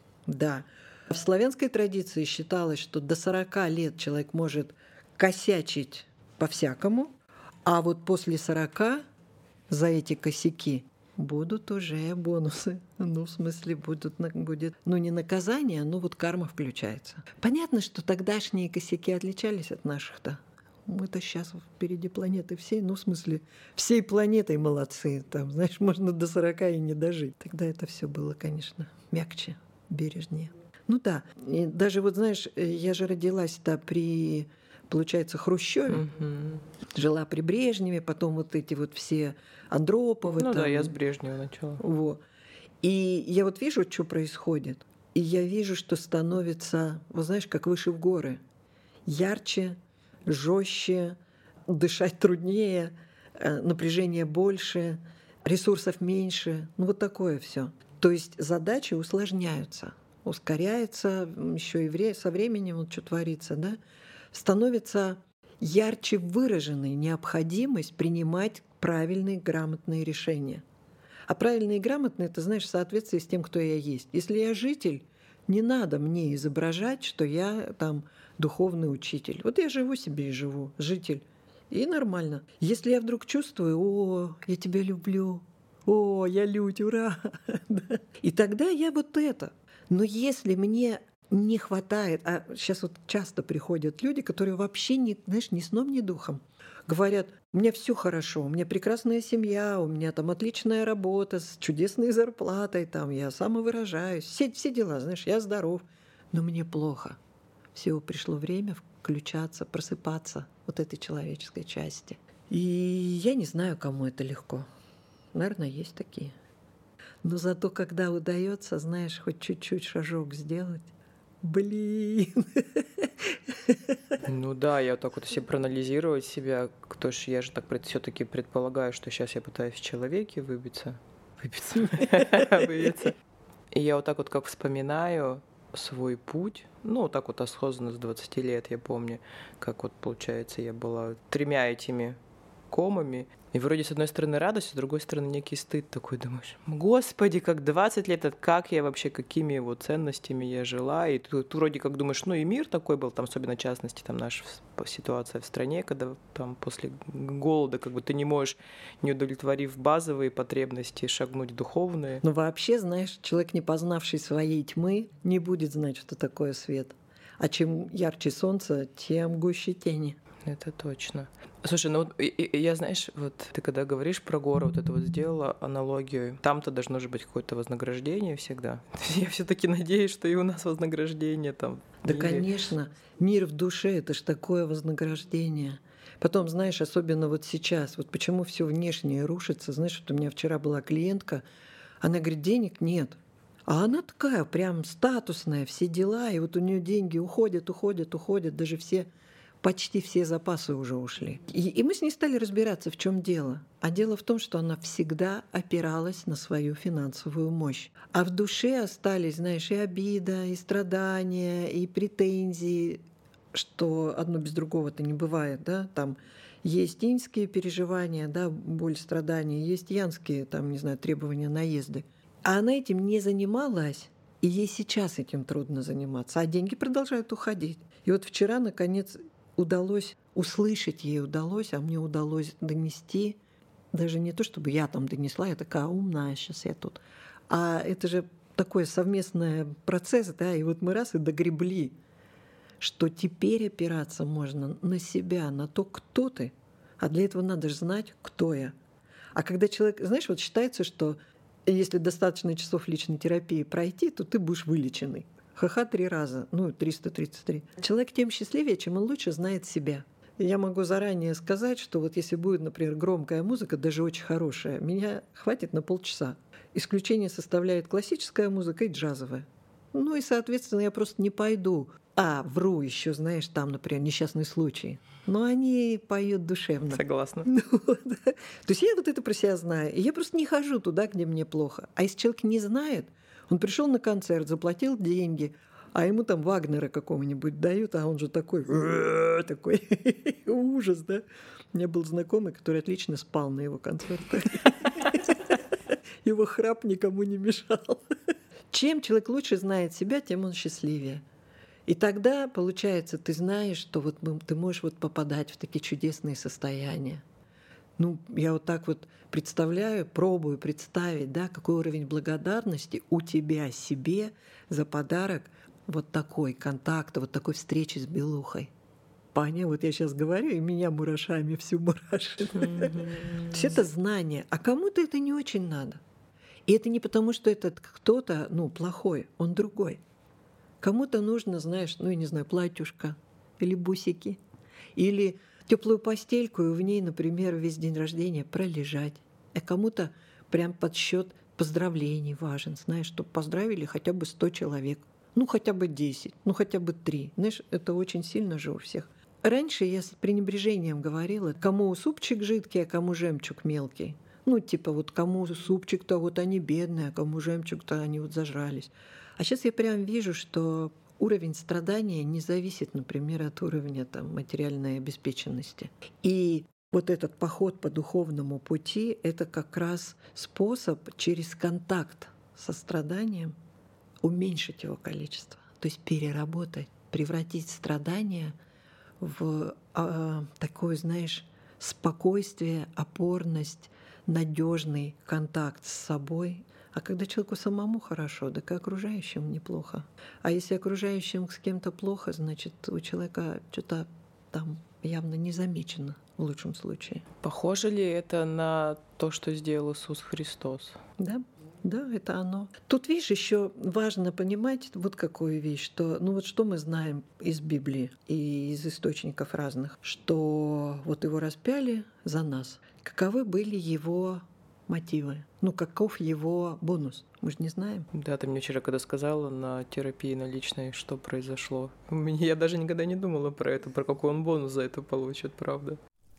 да. В славянской традиции считалось, что до сорока лет человек может косячить по-всякому, а вот после сорока за эти косяки будут уже бонусы. Ну, в смысле, будут, на- будет, ну, не наказание, но вот карма включается. Понятно, что тогдашние косяки отличались от наших-то. Мы-то сейчас впереди планеты всей, ну, в смысле, всей планетой молодцы. Там, знаешь, можно до сорока и не дожить. Тогда это все было, конечно, мягче, бережнее. Ну да, и даже вот, знаешь, э, я же родилась-то при, получается, Хрущеве, Мгм. жила при Брежневе, потом вот эти вот все Андроповы. Ну да, там, я с Брежнева начала. во. И я вот вижу, что происходит. И я вижу, что становится, вот знаешь, как выше в горы. Ярче, жестче, дышать труднее, э, напряжение больше, ресурсов меньше. Ну вот такое все. То есть задачи усложняются, ускоряется еще и вре- со временем вот что творится, да, становится ярче выраженной необходимость принимать правильные, грамотные решения. А правильные и грамотные, это, знаешь, в соответствии с тем, кто я есть. Если я житель, не надо мне изображать, что я там духовный учитель. Вот я живу себе и живу, житель. И нормально. Если я вдруг чувствую, о, я тебя люблю, о, я людь, ура, да. И тогда я вот это. Но если мне не хватает, а сейчас вот часто приходят люди, которые вообще не, знаешь, ни сном, ни духом, говорят, у меня все хорошо, у меня прекрасная семья, у меня там отличная работа с чудесной зарплатой, там я самовыражаюсь, все, все дела, знаешь, я здоров, но мне плохо. Всего пришло время включаться, просыпаться вот этой человеческой части. И я не знаю, кому это легко. Наверное, есть такие. Но зато, когда удается, знаешь, хоть чуть-чуть шажок сделать, блин. Ну да, я вот так вот, если проанализировать себя, кто ж я же так все-таки предполагаю, что сейчас я пытаюсь в человеке выбиться. Выбиться. Выбиться. И я вот так вот как вспоминаю свой путь, ну, вот так вот осознанно с двадцати лет, я помню, как вот, получается, я была тремя этими комами, И вроде с одной стороны радость, с другой стороны некий стыд такой, думаешь, господи, как двадцать лет, это как я вообще, какими вот ценностями я жила, и ты, ты вроде как думаешь, ну и мир такой был, там особенно в частности, там наша ситуация в стране, когда там после голода как бы ты не можешь, не удовлетворив базовые потребности, шагнуть в духовные. Но вообще, знаешь, человек, не познавший своей тьмы, не будет знать, что такое свет. А чем ярче солнце, тем гуще тени. Это точно. Слушай, ну вот и, и, я, знаешь, вот ты когда говоришь про горы, вот это вот сделала аналогию, там-то должно же быть какое-то вознаграждение всегда. Я все-таки надеюсь, что и у нас вознаграждение там. Да, или... конечно. Мир в душе — это ж такое вознаграждение. Потом, знаешь, особенно вот сейчас, вот почему все внешнее рушится. Знаешь, вот у меня вчера была клиентка, она говорит, денег нет. А она такая прям статусная, все дела, и вот у нее деньги уходят, уходят, уходят, даже все... Почти все запасы уже ушли. И, и мы с ней стали разбираться, в чем дело. А дело в том, что она всегда опиралась на свою финансовую мощь. А в душе остались, знаешь, и обида, и страдания, и претензии, что одно без другого-то не бывает, да, там есть иньские переживания, да, боль, страдания, есть янские, там, не знаю, требования, наезды. А она этим не занималась, и ей сейчас этим трудно заниматься, а деньги продолжают уходить. И вот вчера, наконец, удалось услышать, ей удалось, а мне удалось донести, даже не то, чтобы я там донесла, я такая умная, сейчас я тут, а это же такой совместный процесс, да, и вот мы раз и догребли, что теперь опираться можно на себя, на то, кто ты, а для этого надо же знать, кто я. А когда человек, знаешь, вот считается, что если достаточно часов личной терапии пройти, то ты будешь вылеченный. Ха-ха три раза, ну, триста тридцать три. Человек тем счастливее, чем он лучше знает себя. Я могу заранее сказать, что вот если будет, например, громкая музыка, даже очень хорошая, меня хватит на полчаса. Исключение составляет классическая музыка и джазовая. Ну и, соответственно, я просто не пойду. А, вру еще, знаешь, там, например, несчастный случай. Но они поют душевно. Согласна. Ну, да. То есть я вот это про себя знаю. И я просто не хожу туда, где мне плохо. А если человек не знает, он пришел на концерт, заплатил деньги, а ему там Вагнера какого-нибудь дают, а он же такой, такой ужас, да? У меня был знакомый, который отлично спал на его концертах. Его храп никому не мешал. Чем человек лучше знает себя, тем он счастливее. И тогда, получается, ты знаешь, что вот ты можешь вот попадать в такие чудесные состояния. Ну, я вот так вот представляю, пробую представить, да, какой уровень благодарности у тебя себе за подарок вот такой контакта, вот такой встречи с белухой. Паня, вот я сейчас говорю, и меня мурашами всю мурашит. То есть это знание, а кому-то это не очень надо. И это не потому, что этот кто-то, ну, плохой, он другой. Кому-то нужно, знаешь, ну, я не знаю, платьюшко или бусики, или теплую постельку, и в ней, например, весь день рождения пролежать. А кому-то прям подсчет поздравлений важен, знаешь, чтобы поздравили хотя бы сто человек, ну хотя бы десять, ну хотя бы три. Знаешь, это очень сильно же у всех. Раньше я с пренебрежением говорила, кому супчик жидкий, а кому жемчуг мелкий. Ну типа вот кому супчик-то вот они бедные, а кому жемчуг-то они вот зажрались. А сейчас я прям вижу, что уровень страдания не зависит, например, от уровня там, материальной обеспеченности. И вот этот поход по духовному пути — это как раз способ через контакт со страданием уменьшить его количество, то есть переработать, превратить страдания в э, такое, знаешь, спокойствие, опорность, надежный контакт с собой. А когда человеку самому хорошо, так и окружающим неплохо. А если окружающим с кем-то плохо, значит, у человека что-то там явно не замечено в лучшем случае. Похоже ли это на то, что сделал Иисус Христос? Да, да, это оно. Тут, видишь, еще важно понимать вот какую вещь, что, ну вот что мы знаем из Библии и из источников разных, что вот его распяли за нас. Каковы были его мотивы? Ну, каков его бонус? Мы же не знаем. Да, ты мне вчера когда сказала на терапии на личной, что произошло. Я даже никогда не думала про это, про какой он бонус за это получит, правда.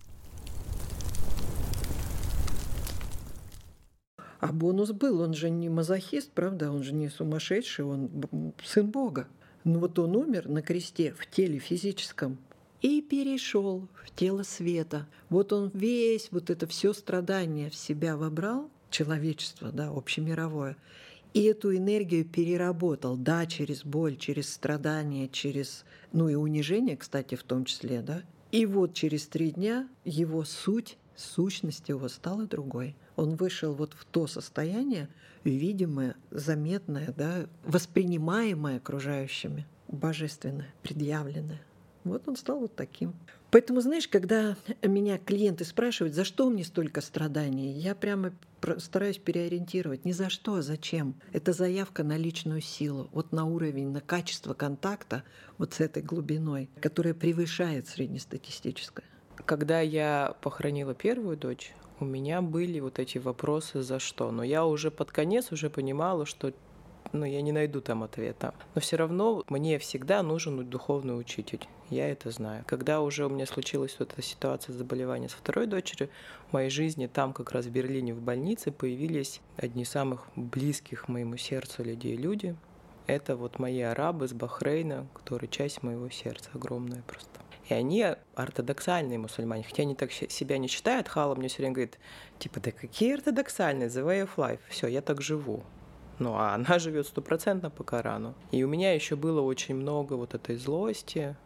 А бонус был, он же не мазохист, правда, он же не сумасшедший, он сын Бога. Ну вот он умер на кресте в теле физическом, и перешел в тело света. Вот он весь, вот это все страдание в себя вобрал, человечество, да, общемировое, и эту энергию переработал, да, через боль, через страдания, через, ну и унижение, кстати, в том числе, да. И вот через три дня его суть, сущность его стала другой. Он вышел вот в то состояние, видимое, заметное, да, воспринимаемое окружающими, божественное, предъявленное. Вот он стал вот таким. Поэтому, знаешь, когда меня клиенты спрашивают, за что мне столько страданий, я прямо стараюсь переориентировать. Не за что, а зачем. Это заявка на личную силу, вот на уровень, на качество контакта вот с этой глубиной, которая превышает среднестатистическое. Когда я похоронила первую дочь, у меня были вот эти вопросы «за что?». Но я уже под конец уже понимала, что ну, я не найду там ответа. Но все равно мне всегда нужен духовный учитель. Я это знаю. Когда уже у меня случилась вот эта ситуация с заболеванием с второй дочерью, в моей жизни там как раз в Берлине в больнице появились одни из самых близких моему сердцу людей люди. Это вот мои арабы с Бахрейна, которые часть моего сердца огромная просто. И они ортодоксальные мусульмане, хотя они так себя не считают. Хала мне все время говорит, типа, да какие ортодоксальные, the way of life, все, я так живу. Ну, а она живет стопроцентно по Корану. И у меня еще было очень много вот этой злости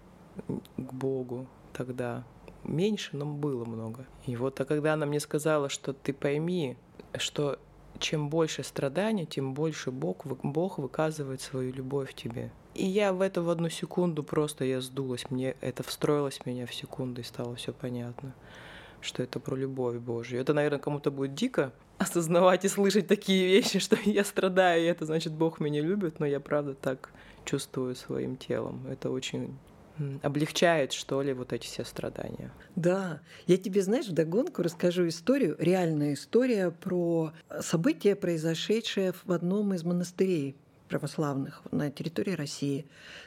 к Богу тогда. Меньше, но было много. И вот, а когда она мне сказала, что ты пойми, что чем больше страданий, тем больше Бог, Бог выказывает свою любовь тебе. И я в это в одну секунду просто я сдулась. Мне это встроилось в меня в секунду, и стало все понятно, что это про любовь Божью. Это, наверное, кому-то будет дико осознавать и слышать такие вещи, что я страдаю, и это значит, Бог меня любит, но я правда так чувствую своим телом. Это очень облегчает, что ли, вот эти все страдания. Да, я тебе, знаешь, вдогонку расскажу историю, реальная история про событие, произошедшее в одном из монастырей православных на территории России.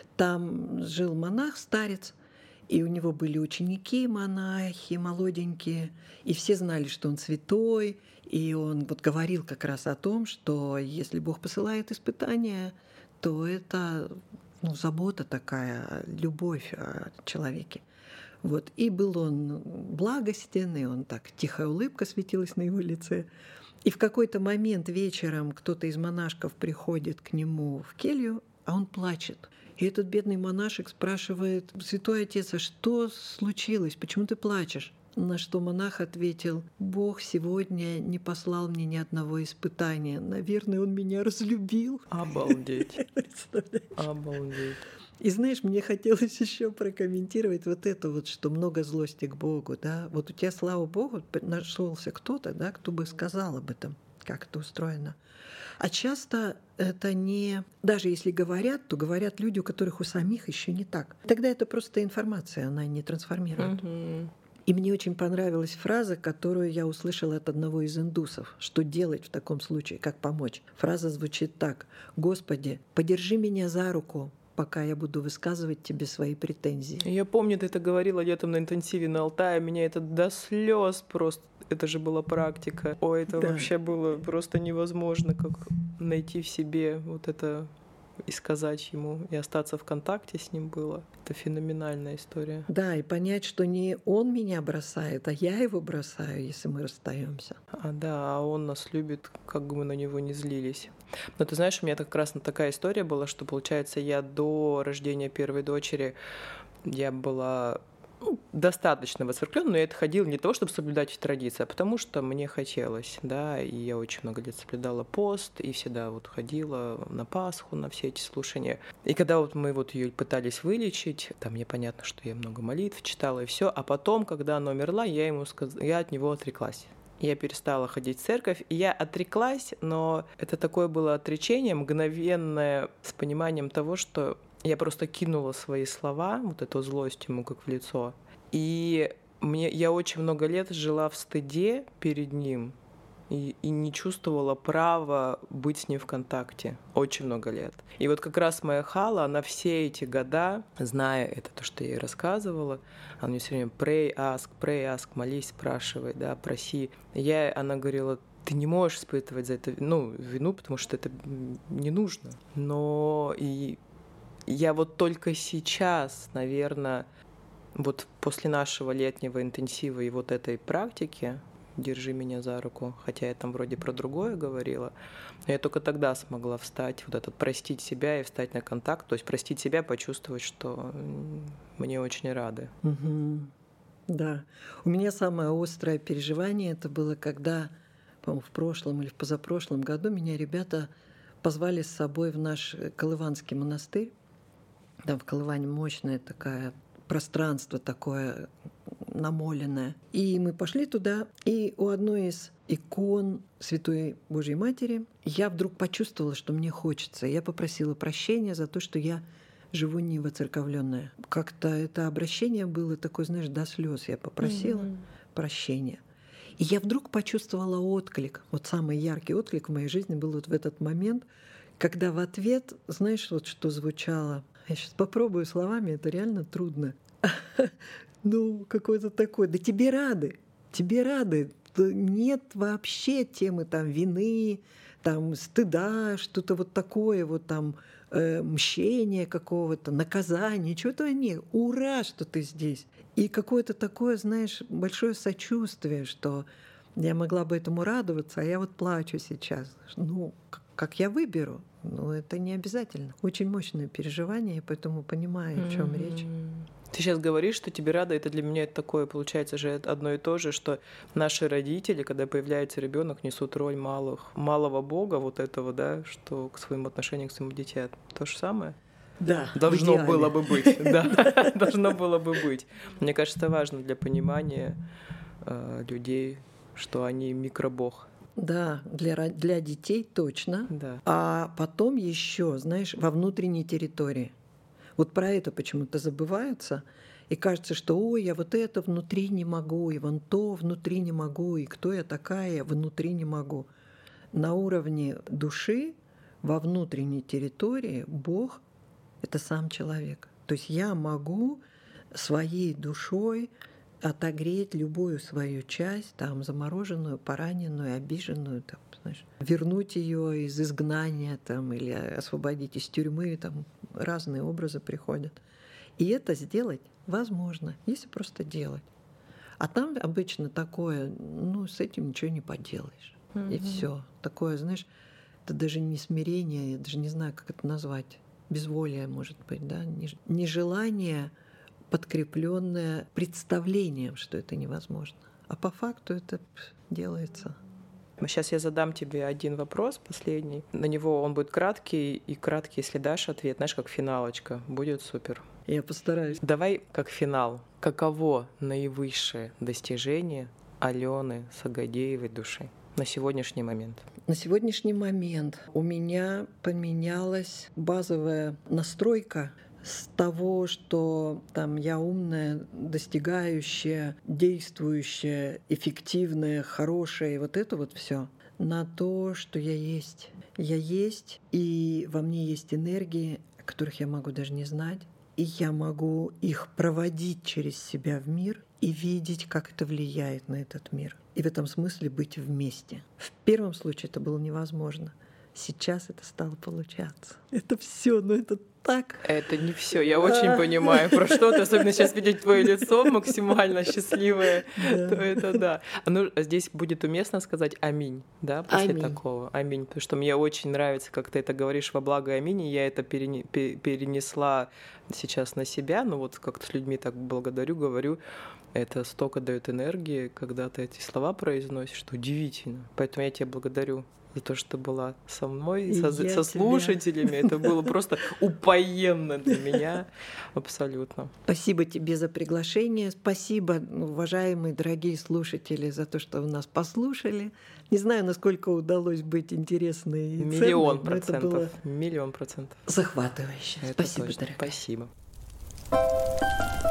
Там жил монах, старец, и у него были ученики, монахи, молоденькие, и все знали, что он святой, и он вот говорил как раз о том, что если Бог посылает испытания, то это ну, забота такая, любовь о человеке. Вот. И был он благостен, и он так, тихая улыбка светилась на его лице. И в какой-то момент вечером кто-то из монашков приходит к нему в келью, а он плачет. И этот бедный монашек спрашивает: «Святой отец, а что случилось? Почему ты плачешь?» На что монах ответил: «Бог сегодня не послал мне ни одного испытания. Наверное, он меня разлюбил». Обалдеть. Обалдеть. И знаешь, мне хотелось еще прокомментировать вот это вот, что много злости к Богу, да. Вот у тебя, слава Богу, нашелся кто-то, да, кто бы сказал об этом, как это устроено. А часто это не... Даже если говорят, то говорят люди, у которых у самих еще не так. Тогда это просто информация, она не трансформирует. Mm-hmm. И мне очень понравилась фраза, которую я услышала от одного из индусов. Что делать в таком случае, как помочь? Фраза звучит так: «Господи, подержи меня за руку, пока я буду высказывать тебе свои претензии». Я помню, ты это говорила летом на интенсиве на Алтае, меня это до слез просто, это же была практика. Ой, это да. Вообще было просто невозможно, как найти в себе вот это и сказать ему, и остаться в контакте с ним было. Это феноменальная история. Да, и понять, что не он меня бросает, а я его бросаю, если мы расстаемся. А да, а он нас любит, как бы мы на него не злились. Но ты знаешь, у меня как раз такая история была, что, получается, я до рождения первой дочери, я была ну, достаточно воцерквлённа, но я это ходила не то, чтобы соблюдать традиции, а потому что мне хотелось, да, и я очень много лет соблюдала пост, и всегда вот ходила на Пасху, на все эти слушания. И когда вот мы вот ее пытались вылечить, там мне понятно, что я много молитв читала и все, а потом, когда она умерла, я ему сказала, я от него отреклась. Я перестала ходить в церковь, и я отреклась, но это такое было отречение, мгновенное, с пониманием того, что я просто кинула свои слова, вот эту злость ему как в лицо. И мне, я очень много лет жила в стыде перед ним и, и не чувствовала права быть с ним в контакте. Очень много лет. И вот как раз моя Хала, она все эти года, зная это, то, что я ей рассказывала, она мне все время pray, ask, pray, ask, молись, спрашивай, да, проси. Я, она говорила, ты не можешь испытывать за это ну, вину, потому что это не нужно. Но и я вот только сейчас, наверное, вот после нашего летнего интенсива и вот этой практики «Держи меня за руку», хотя я там вроде про другое говорила, но я только тогда смогла встать, вот этот простить себя и встать на контакт, то есть простить себя, почувствовать, что мне очень рады. Угу. Да. У меня самое острое переживание это было, когда, по-моему, в прошлом или в позапрошлом году меня ребята позвали с собой в наш Колыванский монастырь. Там в Колыване мощное такое пространство такое намоленное. И мы пошли туда, и у одной из икон Святой Божьей Матери я вдруг почувствовала, что мне хочется. Я попросила прощения за то, что я живу не воцерковленная. Как-то это обращение было такое, знаешь, до слез. Я попросила mm-hmm. прощения. И я вдруг почувствовала отклик. Вот самый яркий отклик в моей жизни был вот в этот момент, когда в ответ, знаешь, вот что звучало. Я сейчас попробую словами, это реально трудно. Ну, какой-то такой, да тебе рады, тебе рады. Нет вообще темы там вины, там стыда, что-то вот такое, вот там э, мщения какого-то, наказания, чего-то нет. Ура, что ты здесь. И какое-то такое, знаешь, большое сочувствие, что я могла бы этому радоваться, а я вот плачу сейчас. Ну, как я выберу? Ну, это не обязательно. Очень мощное переживание, я поэтому понимаю, о чем mm-hmm. речь. Ты сейчас говоришь, что тебе рада, это для меня такое, получается же одно и то же, что наши родители, когда появляется ребенок, несут роль малых, малого бога, вот этого, да, что к своим отношениям к своим детям. То же самое? Да. Должно было бы быть. Да, должно было бы быть. Мне кажется, это важно для понимания э, людей, что они микробог. Да, для, для детей точно. Да. А потом еще, знаешь, во внутренней территории. Вот про это почему-то забываются. И кажется, что ой, я вот это внутри не могу, и вон то внутри не могу, и кто я такая, внутри не могу. На уровне души, во внутренней территории Бог — это сам человек. То есть я могу своей душой отогреть любую свою часть, там, замороженную, пораненную, обиженную, там, знаешь, вернуть ее из изгнания там, или освободить из тюрьмы, там разные образы приходят. И это сделать возможно, если просто делать. А там обычно такое, ну, с этим ничего не поделаешь. Mm-hmm. И все. Такое, знаешь, это даже не смирение, я даже не знаю, как это назвать. Безволие, может быть, да? Нежелание, подкрепленное представлением, что это невозможно. А по факту это делается. Сейчас я задам тебе один вопрос, последний. На него он будет краткий, и краткий, если дашь ответ, знаешь, как финалочка, будет супер. Я постараюсь. Давай как финал. Каково наивысшее достижение Алены Сагадеевой души на сегодняшний момент? На сегодняшний момент у меня поменялась базовая настройка с того, что там я умная, достигающая, действующая, эффективная, хорошая, и вот это вот все, на то, что я есть. Я есть, и во мне есть энергии, о которых я могу даже не знать, и я могу их проводить через себя в мир и видеть, как это влияет на этот мир. И в этом смысле быть вместе. В первом случае это было невозможно. Сейчас это стало получаться. Это все, но это так. Это не все. Я очень понимаю, про что ты, особенно сейчас видеть твое лицо максимально счастливое, да. То это да. Ну, здесь будет уместно сказать аминь, да, после аминь. Такого. Аминь. Потому что мне очень нравится, как ты это говоришь во благо аминь, и я это перенесла сейчас на себя, ну вот как-то с людьми так благодарю, говорю. Это столько дает энергии, когда ты эти слова произносишь, что удивительно. Поэтому я тебя благодарю за то, что ты была со мной, со, со слушателями. Это было просто упоенно для меня. Абсолютно. Спасибо тебе за приглашение. Спасибо, уважаемые, дорогие слушатели, за то, что вы нас послушали. Не знаю, насколько удалось быть интересной и ценной. Миллион процентов. Миллион процентов. Захватывающе. Это Спасибо, точно. дорогая. Спасибо.